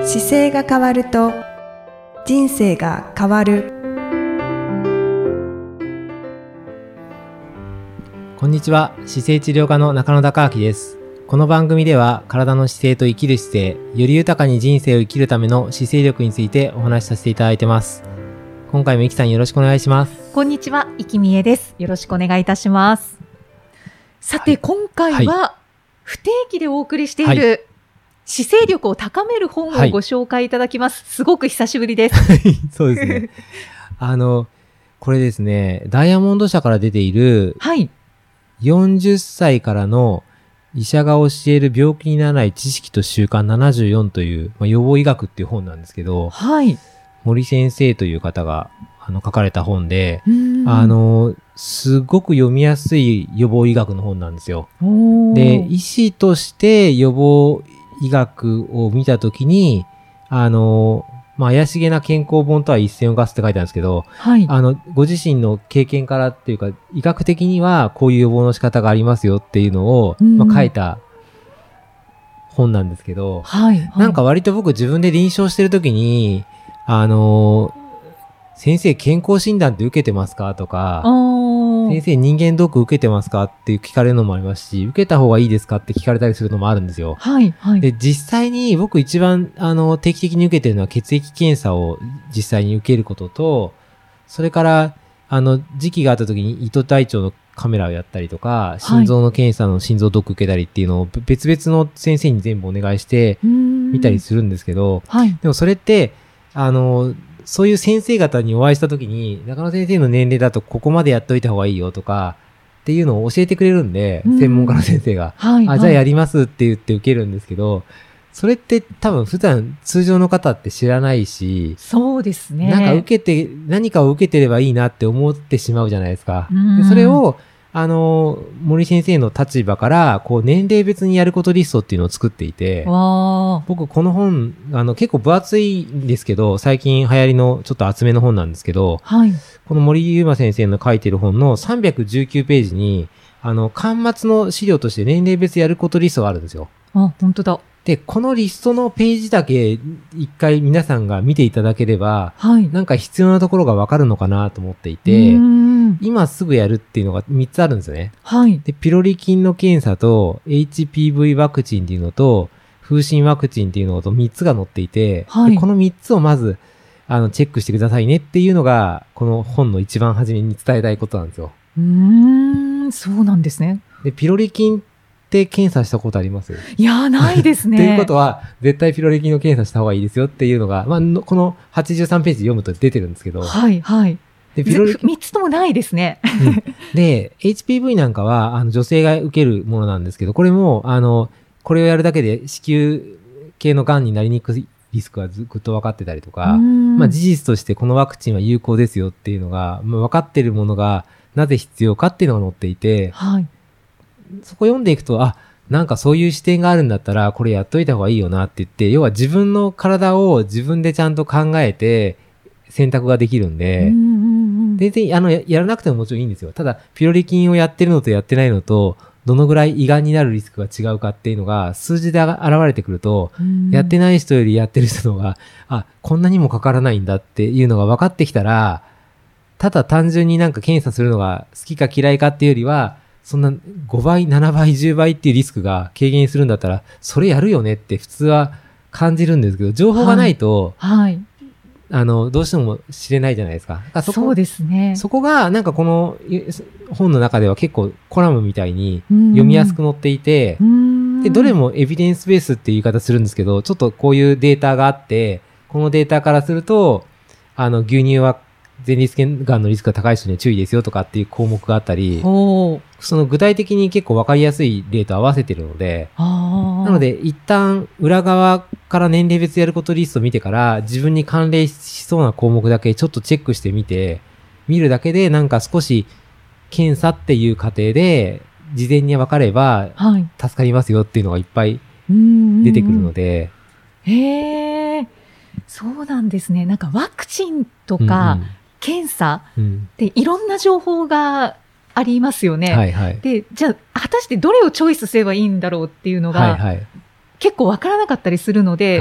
姿勢が変わると人生が変わる。 こんにちは。姿勢治療科の中野孝明です。この番組では体の姿勢と生きる姿勢、より豊かに人生を生きるための姿勢力についてお話しさせていただいてます。今回もいきさんよろしくお願いします。 こんにちは、生きみえです。よろしくお願いいたします。さて、今回は不定期でお送りしている姿勢力を高める本をご紹介いただきます。すごく久しぶりです。 そうですね。これですね、ダイヤモンド社から出ている、40歳からの医者が教える病気にならない知識と習慣74という、予防医学っていう本なんですけど、森先生という方が書かれた本で、すごく読みやすい予防医学の本なんですよ。で、医師として予防医学を見たときに、怪しげな健康本とは一線を画すって書いてあるんですけど、ご自身の経験からっていうか、医学的にはこういう予防の仕方がありますよっていうのを、書いた本なんですけど、なんか割と僕自分で臨床してるときに、先生健康診断って受けてますかとか、先生人間ドック受けてますかって聞かれるのもありますし、受けた方がいいですかって聞かれたりするのもあるんですよ。で、実際に僕一番定期的に受けてるのは血液検査を実際に受けることと、それから時期があった時に糸体腸のカメラをやったりとか、心臓の検査の心臓ドック受けたりっていうのを別々の先生に全部お願いして見たりするんですけど、でもそれってそういう先生方にお会いしたときに、中野先生の年齢だとここまでやっといた方がいいよとか、っていうのを教えてくれるんで、専門家の先生が。じゃあやりますって言って受けるんですけど、それって多分普段通常の方って知らないし、 そうですね。 なんか何かを受けてればいいなって思ってしまうじゃないですか。でそれを、森先生の立場から、年齢別にやることリストっていうのを作っていて、僕この本、結構分厚いんですけど、最近流行りのちょっと厚めの本なんですけど、この森優馬先生の書いてる本の319ページに、巻末の資料として年齢別やることリストがあるんですよ。 本当だ。 で、このリストのページだけ一回皆さんが見ていただければ、なんか必要なところがわかるのかなと思っていて、今すぐやるっていうのが3つあるんですよね。で、ピロリ菌の検査と HPV ワクチンっていうのと、風疹ワクチンっていうのと3つが載っていて、でこの3つをまず、チェックしてくださいねっていうのが、この本の一番初めに伝えたいことなんですよ。 そうなんですね。 で、ピロリ菌って検査したことあります？ いや、ないですね。 っていうことは、絶対ピロリ菌の検査した方がいいですよっていうのが、この83ページ読むと出てるんですけど。 で3つともないですね。 で、HPV なんかは、女性が受けるものなんですけど、これも、これをやるだけで子宮系の癌になりにくいリスクはぐっと分かってたりとか、事実としてこのワクチンは有効ですよっていうのが、分かっているものがなぜ必要かっていうのが載っていて、そこ読んでいくと、なんかそういう視点があるんだったら、これやっといた方がいいよなって言って、要は自分の体を自分でちゃんと考えて選択ができるんで、全然やらなくてももちろんいいんですよ。ただ、ピロリ菌をやってるのとやってないのと、どのぐらい胃がんになるリスクが違うかっていうのが数字で現れてくると、やってない人よりやってる人の方が、こんなにもかからないんだっていうのが分かってきたら、ただ単純になんか検査するのが好きか嫌いかっていうよりは、そんな5倍、7倍、10倍っていうリスクが軽減するんだったら、それやるよねって普通は感じるんですけど、情報がないと、どうしても知れないじゃないですか。 そうですね。 そこが、なんかこの本の中では結構コラムみたいに読みやすく載っていて、で、どれもエビデンスベースっていう言い方するんですけど、ちょっとこういうデータがあって、このデータからすると、牛乳は前立腺がんのリスクが高い人には注意ですよとかっていう項目があったり、その具体的に結構わかりやすい例と合わせてるので、なので一旦裏側から年齢別やることリストを見てから自分に関連しそうな項目だけちょっとチェックして見るだけでなんか少し検査っていう過程で事前に分かれば助かりますよっていうのがいっぱい出てくるので。 そうなんですね。なんかワクチンとか検査っていろんな情報がありますよね。で、じゃあ果たしてどれをチョイスすればいいんだろうっていうのが、結構わからなかったりするので、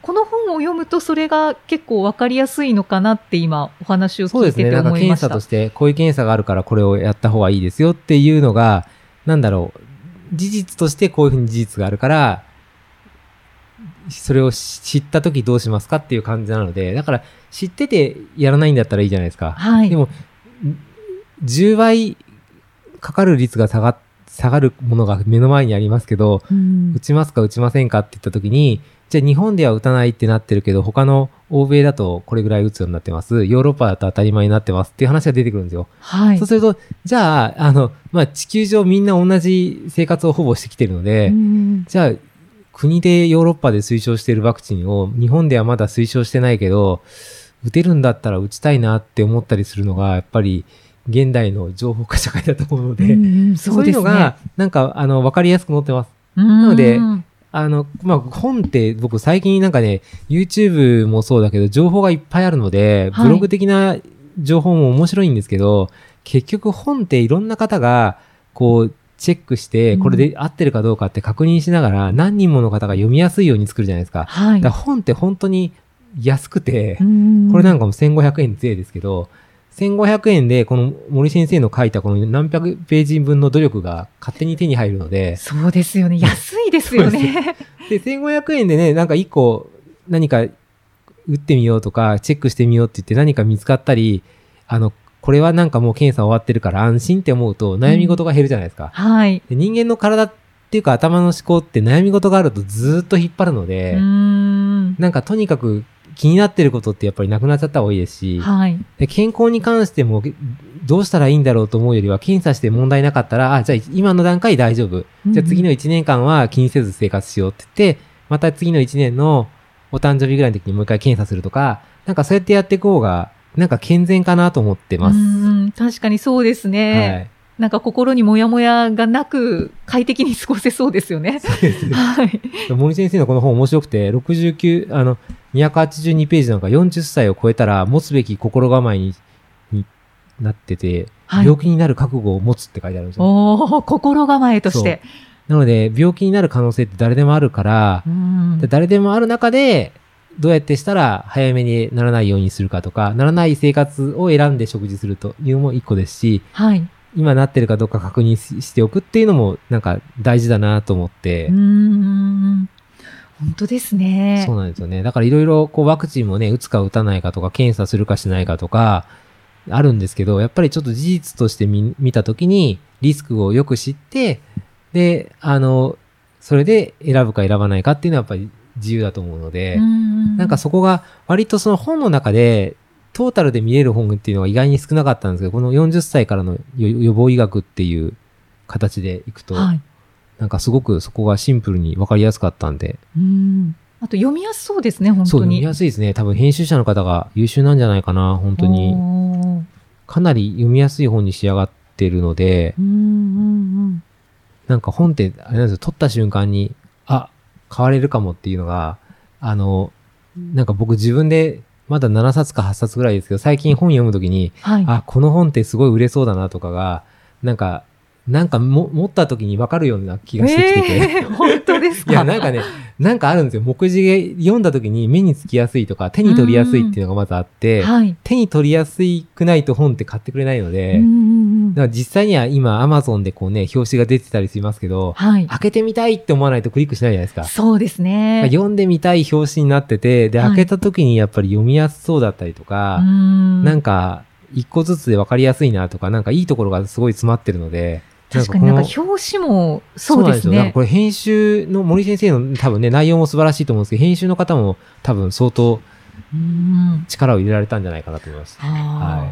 この本を読むとそれが結構わかりやすいのかなって今お話を聞いてて思いました。 そうですね。なんか検査としてこういう検査があるからこれをやった方がいいですよっていうのが、なんだろう、事実としてこういうふうに事実があるから、それを知ったときどうしますかっていう感じなので、だから知っててやらないんだったらいいじゃないですか。 はい。 でも、10倍かかる率が下がるものが目の前にありますけど、打ちますか打ちませんかって言ったときに、じゃあ日本では打たないってなってるけど、他の欧米だとこれぐらい打つようになってます。ヨーロッパだと当たり前になってますっていう話が出てくるんですよ。 はい。 そうすると、じゃあ、地球上みんな同じ生活をほぼしてきてるので、じゃあ、国でヨーロッパで推奨しているワクチンを日本ではまだ推奨してないけど、打てるんだったら打ちたいなって思ったりするのが、やっぱり現代の情報化社会だと思うので、そういうのが、なんか、わかりやすく載ってます。なので、本って僕最近なんかね、YouTube もそうだけど、情報がいっぱいあるので、ブログ的な情報も面白いんですけど、結局本っていろんな方が、こう、チェックして、これで合ってるかどうかって確認しながら、何人もの方が読みやすいように作るじゃないですか。 はい。 だから本って本当に安くて、これなんかも1500円税ですけど、1500円でこの森先生の書いたこの何百ページ分の努力が勝手に手に入るので。 そうですよね。安いですよね。 で、1500円でね、なんか1個何か打ってみようとか、チェックしてみようって言って何か見つかったり、これはなんかもう検査終わってるから安心って思うと悩み事が減るじゃないですか。 はい。 で、人間の体っていうか頭の思考って悩み事があるとずーっと引っ張るので、なんかとにかく気になってることってやっぱりなくなっちゃった方がいいですし、 はい。 で健康に関してもどうしたらいいんだろうと思うよりは検査して問題なかったら、じゃあ今の段階大丈夫。じゃあ次の1年間は気にせず生活しようって言って、また次の1年のお誕生日ぐらいの時にもう一回検査するとか、なんかそうやってやっていく方が、なんか健全かなと思ってます。 確かにそうですね。はい。なんか心にモヤモヤがなく快適に過ごせそうですよね。 そうですね。 はい。 森先生のこの本面白くて、282ページなんか40歳を超えたら持つべき心構えになってて、はい、病気になる覚悟を持つって書いてあるんですよ。 心構えとして。 なので、病気になる可能性って誰でもあるから、誰でもある中で、どうやってしたら早めにならないようにするかとか、ならない生活を選んで食事するというのも一個ですし、 はい、 今なってるかどうか確認しておくっていうのもなんか大事だなと思って。 本当ですね。 そうなんですよね。だからいろいろこうワクチンもね、打つか打たないかとか、検査するかしないかとか、あるんですけど、やっぱりちょっと事実として見たときにリスクをよく知って、で、それで選ぶか選ばないかっていうのはやっぱり自由だと思うので、なんかそこが割とその本の中でトータルで見れる本っていうのは意外に少なかったんですけど、この40歳からの予防医学っていう形でいくと、はい、なんかすごくそこがシンプルに分かりやすかったんで。 あと読みやすそうですね、本当に。 そう、読みやすいですね。多分編集者の方が優秀なんじゃないかな、本当に。かなり読みやすい本に仕上がってるので、なんか本って、あれなんですよ、取った瞬間に、買われるかもっていうのが、なんか僕自分でまだ7冊か8冊ぐらいですけど、最近本読むときに、はい、この本ってすごい売れそうだなとかが、なんか持った時に分かるような気がしてきてて。 本当ですか？ いや、なんかね、なんかあるんですよ。目次で読んだ時に目につきやすいとか、手に取りやすいっていうのがまずあって、はい、手に取りやすくないと本って買ってくれないので、だから実際には今 Amazon でこうね、表紙が出てたりしますけど、はい、開けてみたいって思わないとクリックしないじゃないですか。 そうですね。 読んでみたい表紙になってて、で、開けた時にやっぱり読みやすそうだったりとか、なんか一個ずつで分かりやすいなとか、なんかいいところがすごい詰まってるので、 確かになんか表紙もそうですね。 これ編集の森先生の多分ね、内容も素晴らしいと思うんですけど、編集の方も多分相当力を入れられたんじゃないかなと思います。はい、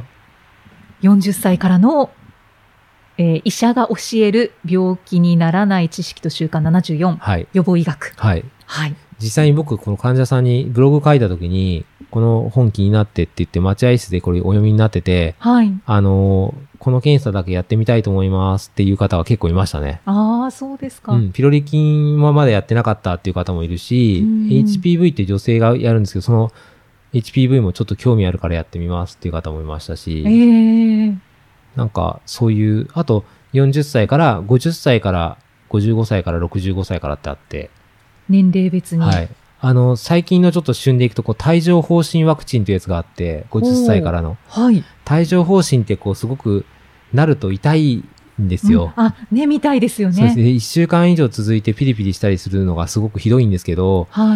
40歳からの、医者が教える病気にならない知識と習慣74、はい、予防医学。 はい。はい。実際に僕、この患者さんにブログ書いたときに、この本気になってって言って待合室でこれお読みになってて、はい。この検査だけやってみたいと思いますっていう方は結構いましたね。 ああ、そうですか。 ピロリ菌はまだやってなかったっていう方もいるし、HPV って女性がやるんですけど、その HPV もちょっと興味あるからやってみますっていう方もいましたし、なんかそういう、あと40歳から50歳から55歳から65歳からってあって、 年齢別に。 はい。 最近のちょっと旬でいくと、こう、帯状疱疹ワクチンというやつがあって、50歳からの。 はい。 帯状疱疹ってこう、すごくなると痛いんですよ。 ね、みたいですよね。 そうですね。1週間以上続いてピリピリしたりするのがすごくひどいんですけど、 はい。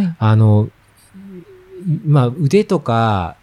腕とか、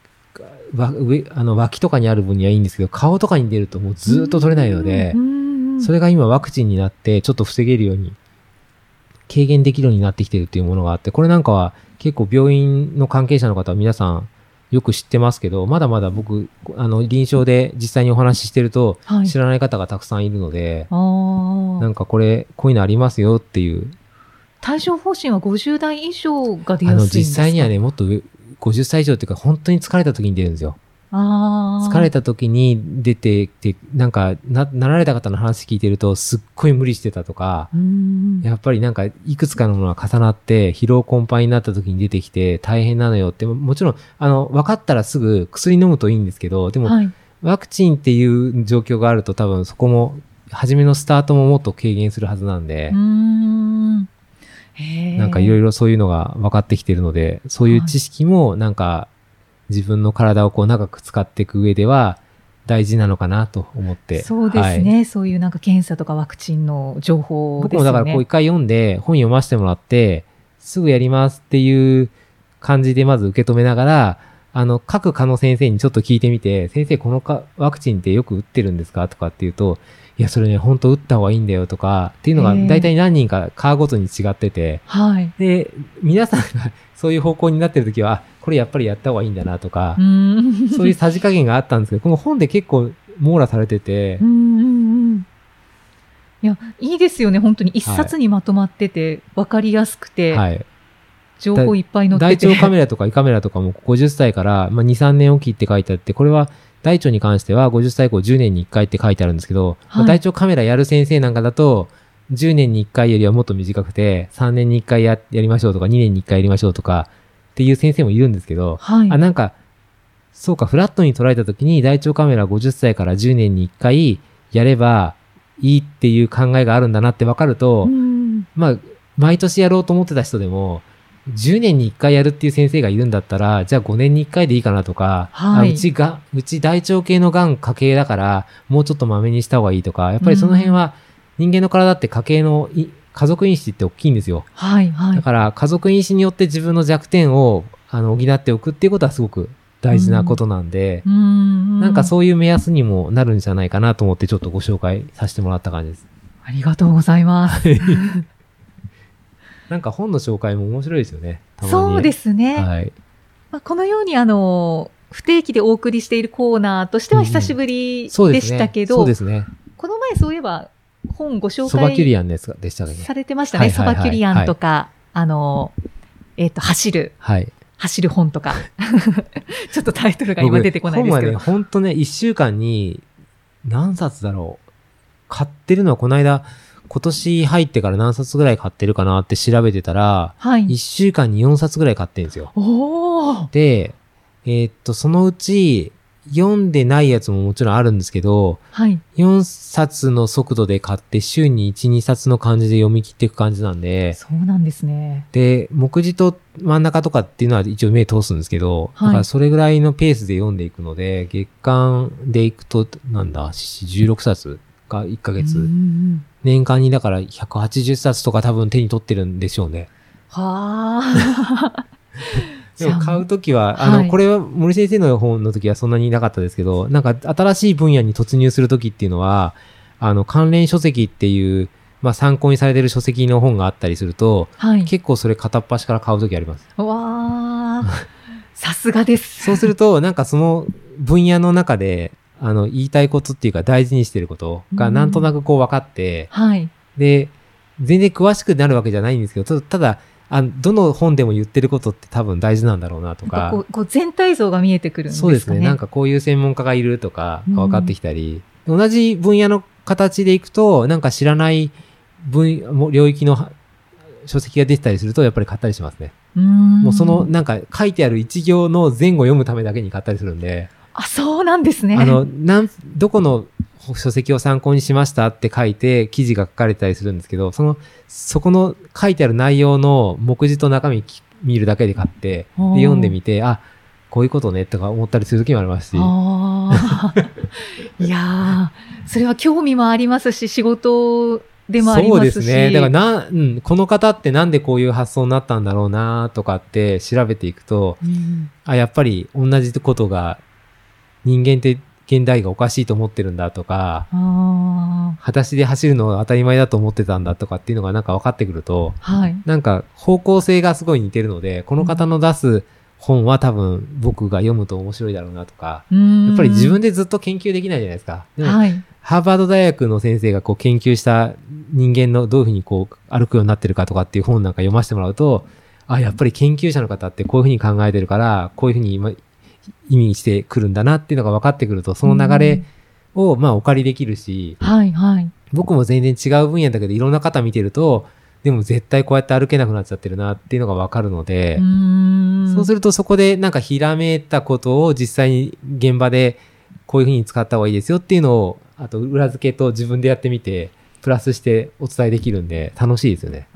脇とかにある分にはいいんですけど、顔とかに出るともうずーっと取れないので、それが今ワクチンになってちょっと防げるように、軽減できるようになってきてるっていうものがあって、これなんかは結構病院の関係者の方は皆さんよく知ってますけど、まだまだ僕、臨床で実際にお話ししてると、知らない方がたくさんいるので、なんかこういうのありますよっていう。 帯状疱疹は50代以上が出やすいんですか？ 実際にはね、もっと上、50歳以上っていうか、本当に疲れた時に出るんですよ。疲れた時に出てて、なんかなられた方の話聞いてると、すっごい無理してたとか、やっぱりなんかいくつかのものが重なって、疲労困憊になった時に出てきて大変なのよって、もちろん、分かったらすぐ薬飲むといいんですけど、でも、ワクチンっていう状況があると多分そこも、初めのスタートももっと軽減するはずなんで、なんかいろいろそういうのが分かってきてるので、そういう知識もなんか自分の体をこう長く使っていく上では大事なのかなと思って。 そうですね。そういうなんか検査とかワクチンの情報ですよね。 僕もだからこう一回読んで本読ませてもらって、すぐやりますっていう感じでまず受け止めながら、各科の先生にちょっと聞いてみて、先生このワクチンってよく打ってるんですかとかって言うと、いや、それね、本当打った方がいいんだよとか、っていうのが大体何人か科ごとに違ってて、で、皆さんがそういう方向になってるときは、これやっぱりやった方がいいんだなとか、そういうさじ加減があったんですけど、この本で結構網羅されてて、 いや、いいですよね。本当に一冊にまとまってて、わかりやすくて、情報いっぱい載ってて。 大腸カメラとか胃カメラとかも50歳から、2、3年おきって書いてあって、これは大腸に関しては50歳以降10年に1回って書いてあるんですけど、大腸カメラやる先生なんかだと、10年に1回よりはもっと短くて、3年に1回やりましょうとか、2年に1回やりましょうとか、っていう先生もいるんですけど、なんか、そうか、フラットに捉えたときに大腸カメラ50歳から10年に1回やればいいっていう考えがあるんだなって分かると、毎年やろうと思ってた人でも、10年に1回やるっていう先生がいるんだったら、じゃあ5年に1回でいいかなとか、うち大腸系のがん家系だから、もうちょっとまめにした方がいいとか、やっぱりその辺は人間の体って家系の家族因子って大きいんですよ。だから家族因子によって自分の弱点を補っておくっていうことはすごく大事なことなんで、なんかそういう目安にもなるんじゃないかなと思ってちょっとご紹介させてもらった感じです。 ありがとうございます。 なんか本の紹介も面白いですよね。 そうですね。このように不定期でお送りしているコーナーとしては久しぶりでしたけど、この前そういえば本ご紹介ソバキュリアンでしたね。 されてましたね。ソバキュリアンとか、走る本とか。ちょっとタイトルが今出てこないですけど。 本はね、ほんとね、1週間に何冊だろう。買ってるのはこの間、今年入ってから何冊ぐらい買ってるかなって調べてたら、1週間に4冊ぐらい買ってるんですよ。で、そのうち読んでないやつももちろんあるんですけど、4冊の速度で買って週に1、2冊の感じで読み切っていく感じなんで。 そうなんですね。 で、目次と真ん中とかっていうのは一応目通すんですけど、だからそれぐらいのペースで読んでいくので、月間でいくと、16冊が1ヶ月。年間にだから180冊とか多分手に取ってるんでしょうね。でも買うときは、これは森先生の本のときはそんなになかったですけど、なんか新しい分野に突入するときっていうのは、関連書籍っていう、参考にされてる書籍の本があったりすると、結構それ片っ端から買うときあります。 さすがです。 そうすると、なんかその分野の中で、言いたいことっていうか大事にしてることがなんとなくこう分かって、で、全然詳しくなるわけじゃないんですけど、ただ、どの本でも言ってることって多分大事なんだろうなとか。 こう全体像が見えてくるんですかね。 そうですね。なんかこういう専門家がいるとかが分かってきたり、同じ分野の形でいくと、なんか知らない領域の書籍が出てたりすると、やっぱり買ったりしますね。もうそのなんか書いてある一行の前後読むためだけに買ったりするんで。 そうなんですね。 どこの書籍を参考にしましたって書いて記事が書かれたりするんですけど、そこの書いてある内容の目次と中身見るだけで買って、で読んでみて、あ、こういうことねとか思ったりする時もありますし。 いやー、それは興味もありますし、仕事でもありますし。 そうですね。だからこの方ってなんでこういう発想になったんだろうなとかって調べていくと、やっぱり同じことが人間って現代がおかしいと思ってるんだとか、裸足で走るのが当たり前だと思ってたんだとかっていうのがなんか分かってくると、なんか方向性がすごい似てるので、この方の出す本は多分僕が読むと面白いだろうなとか、やっぱり自分でずっと研究できないじゃないですか。でもハーバード大学の先生がこう研究した人間のどういうふうにこう歩くようになってるかとかっていう本なんか読ませてもらうと、やっぱり研究者の方ってこういうふうに考えてるから、こういうふうに意味してくるんだなっていうのが分かってくると、その流れをお借りできるし、僕も全然違う分野だけどいろんな方見てると、でも絶対こうやって歩けなくなっちゃってるなっていうのが分かるので、そうするとそこでなんかひらめいたことを実際に現場でこういうふうに使った方がいいですよっていうのを、あと裏付けと自分でやってみてプラスしてお伝えできるんで楽しいですよね。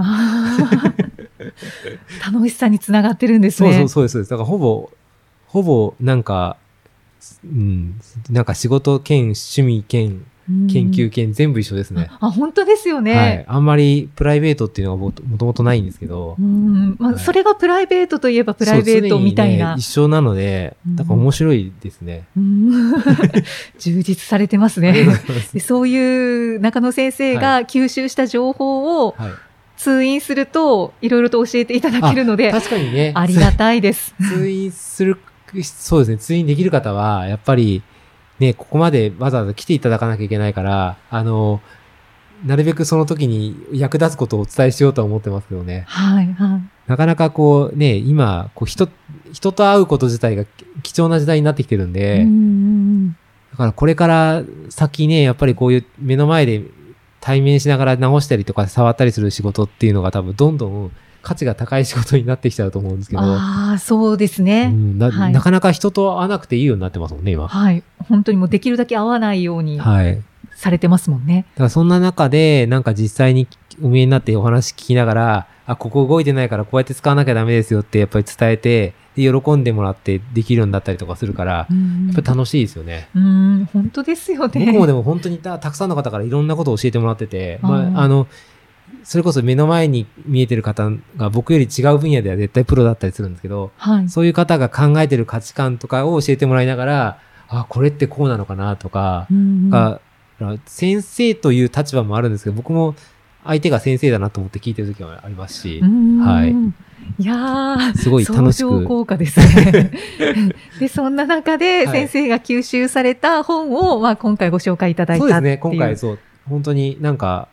楽しさにつながってるんですね。 そうです。だからほぼなんか、なんか仕事兼趣味兼研究兼全部一緒ですね。 本当ですよね。 あんまりプライベートっていうのがもともとないんですけど。 それがプライベートといえばプライベートみたいな。 一緒なので、だから面白いですね。 充実されてますね。そういう中野先生が吸収した情報を通院するといろいろと教えていただけるので、 確かにね。 ありがたいです。 通院そうですね。通院できる方は、やっぱり、ね、ここまでわざわざ来ていただかなきゃいけないから、なるべくその時に役立つことをお伝えしようとは思ってますけどね。なかなかこうね、今、人と会うこと自体が貴重な時代になってきてるんで、だからこれから先ね、やっぱりこういう目の前で対面しながら直したりとか触ったりする仕事っていうのが多分どんどん価値が高い仕事になってきちゃうと思うんですけど。 そうですね。 なかなか人と会わなくていいようになってますもんね、今。 本当にもうできるだけ会わないようにされてますもんね。 だからそんな中で、なんか実際にお見えになってお話聞きながら、ここ動いてないからこうやって使わなきゃダメですよってやっぱり伝えて、で喜んでもらってできるようになったりとかするから、やっぱり楽しいですよね。 本当ですよね。 僕もでも本当にたくさんの方からいろんなことを教えてもらってて、それこそ目の前に見えてる方が僕より違う分野では絶対プロだったりするんですけど、そういう方が考えてる価値観とかを教えてもらいながら、これってこうなのかなとか、先生という立場もあるんですけど、僕も相手が先生だなと思って聞いてる時もありますし、 いやー、 すごい楽しく。 相乗効果ですね。で、そんな中で先生が吸収された本を、今回ご紹介いただいたっていう。 そうですね、今回本当になんか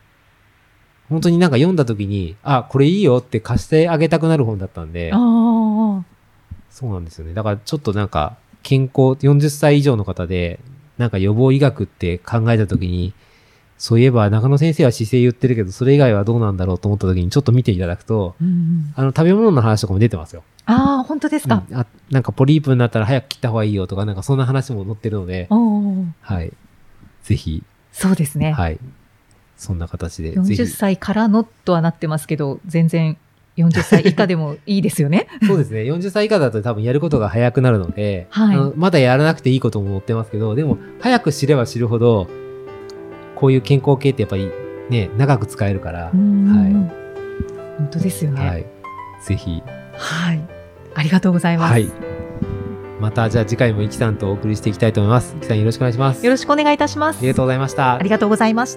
読んだ時に、これいいよって貸してあげたくなる本だったんで、そうなんですよね。だからちょっとなんか健康、40歳以上の方で、なんか予防医学って考えた時に、そういえば中野先生は姿勢言ってるけど、それ以外はどうなんだろうと思った時にちょっと見ていただくと、食べ物の話とかも出てますよ。 本当ですか。 なんかポリープになったら早く切った方がいいよとか、なんかそんな話も載ってるので、ぜひ。 そうですね。 そんな形で。 40歳からのとはなってますけど、全然40歳以下でもいいですよね。 そうですね。40歳以下だと多分やることが早くなるので、まだやらなくていいことも載ってますけど、でも早く知れば知るほど、こういう健康系ってやっぱりね、長く使えるから。 本当ですよね。 ぜひ。 ありがとうございます。 またじゃあ次回もイキさんとお送りしていきたいと思います。イキさんよろしくお願いします。 よろしくお願いいたします。 ありがとうございました。 ありがとうございました。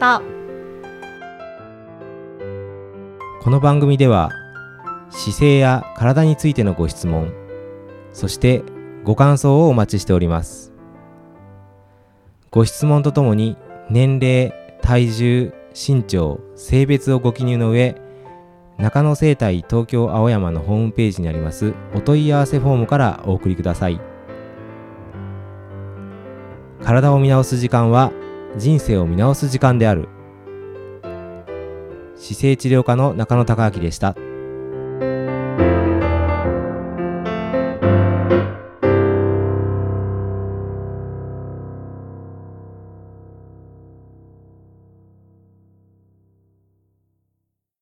この番組では姿勢や体についてのご質問、そしてご感想をお待ちしております。ご質問とともに年齢、体重、身長、性別をご記入の上、中野生態東京青山のホームページにありますお問い合わせフォームからお送りください。体を見直す時間は人生を見直す時間である。姿勢治療科の中野孝明でした。